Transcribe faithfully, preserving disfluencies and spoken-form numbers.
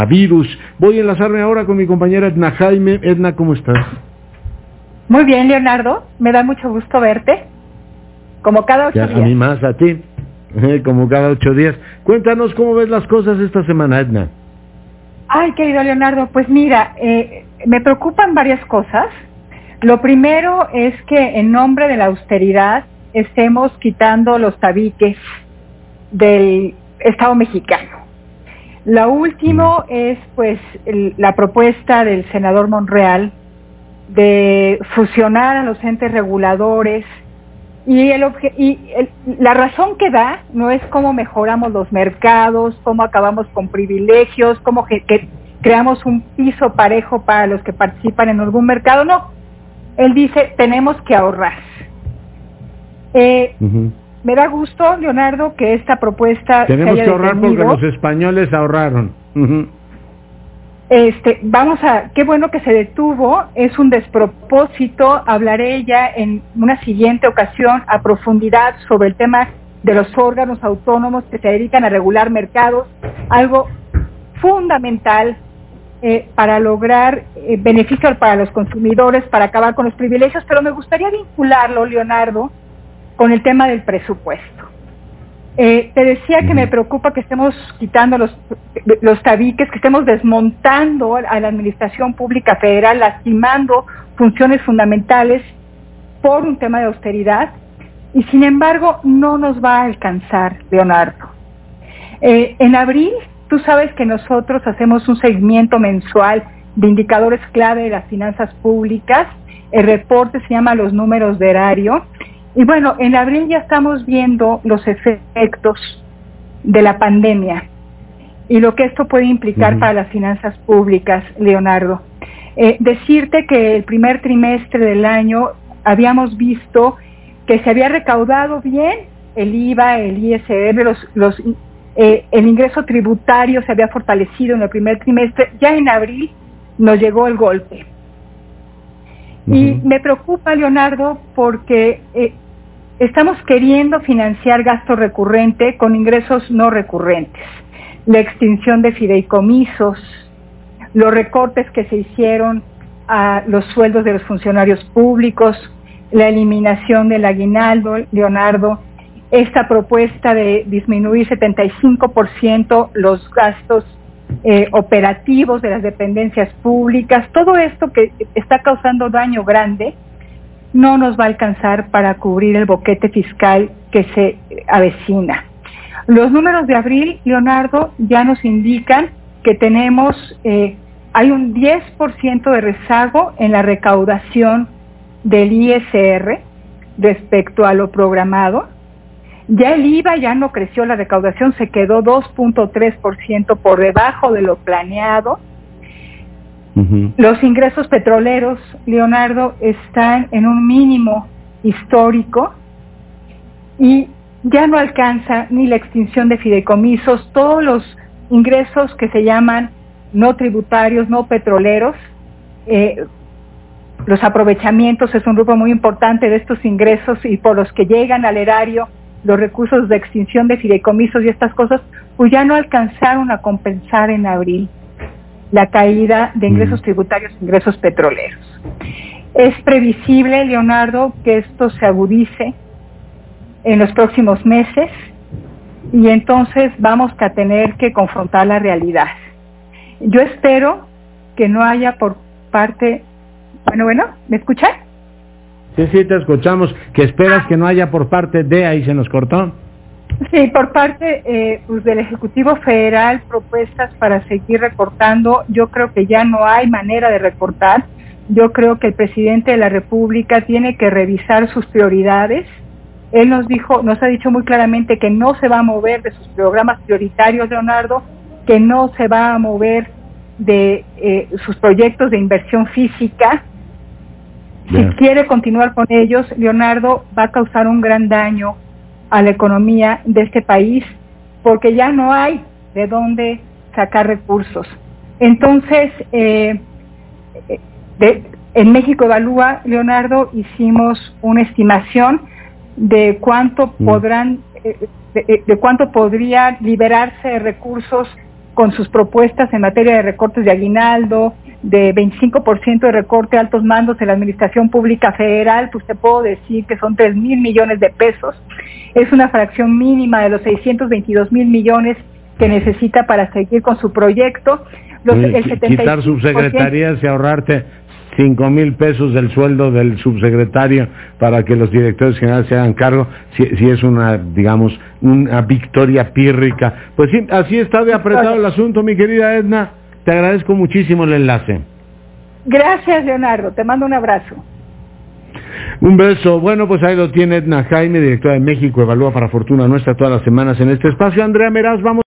virus. Voy a enlazarme ahora con mi compañera Edna Jaime. Edna, ¿cómo estás? Muy bien, Leonardo, me da mucho gusto verte, como cada ocho ya, días. A mí más, a ti, como cada ocho días. Cuéntanos cómo ves las cosas esta semana, Edna. Ay, querido Leonardo, pues mira, eh, me preocupan varias cosas. Lo primero es que en nombre de la austeridad estemos quitando los tabiques del Estado mexicano. Lo último es pues el, la propuesta del senador Monreal de fusionar a los entes reguladores y, el, y el, la razón que da no es cómo mejoramos los mercados, cómo acabamos con privilegios, cómo que, que creamos un piso parejo para los que participan en algún mercado, no. Él dice, tenemos que ahorrar. Eh, uh-huh. Me da gusto, Leonardo, que esta propuesta tenemos se haya que ahorrar detenido. Porque los españoles ahorraron. Uh-huh. Este, vamos a, qué bueno que se detuvo, es un despropósito, hablaré ya en una siguiente ocasión a profundidad sobre el tema de los órganos autónomos que se dedican a regular mercados, algo fundamental eh, para lograr eh, beneficios para los consumidores, para acabar con los privilegios, pero me gustaría vincularlo, Leonardo, con el tema del presupuesto. Eh, te decía que me preocupa que estemos quitando los, los tabiques, que estemos desmontando a la administración pública federal, lastimando funciones fundamentales por un tema de austeridad, y sin embargo no nos va a alcanzar, Leonardo. Eh, en abril, tú sabes que nosotros hacemos un seguimiento mensual de indicadores clave de las finanzas públicas, el reporte se llama Los Números de Erario. Y bueno, en abril ya estamos viendo los efectos de la pandemia y lo que esto puede implicar uh-huh. para las finanzas públicas, Leonardo. Eh, decirte que el primer trimestre del año habíamos visto que se había recaudado bien el I V A, el I S R, los, los, eh, el ingreso tributario se había fortalecido en el primer trimestre. Ya en abril nos llegó el golpe. Y uh-huh. me preocupa, Leonardo, porque eh, estamos queriendo financiar gasto recurrente con ingresos no recurrentes. La extinción de fideicomisos, los recortes que se hicieron a los sueldos de los funcionarios públicos, la eliminación del aguinaldo, Leonardo, esta propuesta de disminuir setenta y cinco por ciento los gastos Eh, operativos de las dependencias públicas, todo esto que está causando daño grande, no nos va a alcanzar para cubrir el boquete fiscal que se avecina. Los números de abril, Leonardo, ya nos indican que tenemos, eh, hay un diez por ciento de rezago en la recaudación del I S R respecto a lo programado. Ya el I V A ya no creció, la recaudación se quedó dos punto tres por ciento por debajo de lo planeado. Uh-huh. Los ingresos petroleros, Leonardo, están en un mínimo histórico y ya no alcanza ni la extinción de fideicomisos, todos los ingresos que se llaman no tributarios, no petroleros, eh, los aprovechamientos es un grupo muy importante de estos ingresos y por los que llegan al erario los recursos de extinción de fideicomisos y estas cosas, pues ya no alcanzaron a compensar en abril la caída de ingresos mm. tributarios e ingresos petroleros. Es previsible, Leonardo, que esto se agudice en los próximos meses y entonces vamos a tener que confrontar la realidad. Yo espero que no haya por parte... Bueno, bueno, ¿me escuchan? Sí, sí, te escuchamos. ¿Qué esperas que no haya por parte de, ahí se nos cortó? Sí, por parte eh, pues del Ejecutivo Federal, propuestas para seguir recortando. Yo creo que ya no hay manera de recortar. Yo creo que el presidente de la República tiene que revisar sus prioridades. Él nos dijo, nos ha dicho muy claramente que no se va a mover de sus programas prioritarios, Leonardo, que no se va a mover de eh, sus proyectos de inversión física. Si quiere continuar con ellos, Leonardo, va a causar un gran daño a la economía de este país, porque ya no hay de dónde sacar recursos. Entonces, eh, de, en México Evalúa, Leonardo, hicimos una estimación de cuánto mm. podrán, eh, de, de cuánto podría liberarse de recursos con sus propuestas en materia de recortes de aguinaldo, de veinticinco por ciento de recorte a altos mandos en la Administración Pública Federal, pues te puedo decir que son tres mil millones de pesos. Es una fracción mínima de los seiscientos veintidós mil millones que necesita para seguir con su proyecto. Los, Oye, el setenta y cinco por ciento, quitar subsecretarías y ahorrarte cinco mil pesos del sueldo del subsecretario para que los directores generales se hagan cargo, si, si es una, digamos, una victoria pírrica. Pues sí, así está de apretado el asunto, mi querida Edna. Te agradezco muchísimo el enlace. Gracias, Leonardo. Te mando un abrazo. Un beso. Bueno, pues ahí lo tiene Edna Jaime, directora de México Evalúa para Fortuna Nuestra, todas las semanas en este espacio. Andrea Meraz, vamos.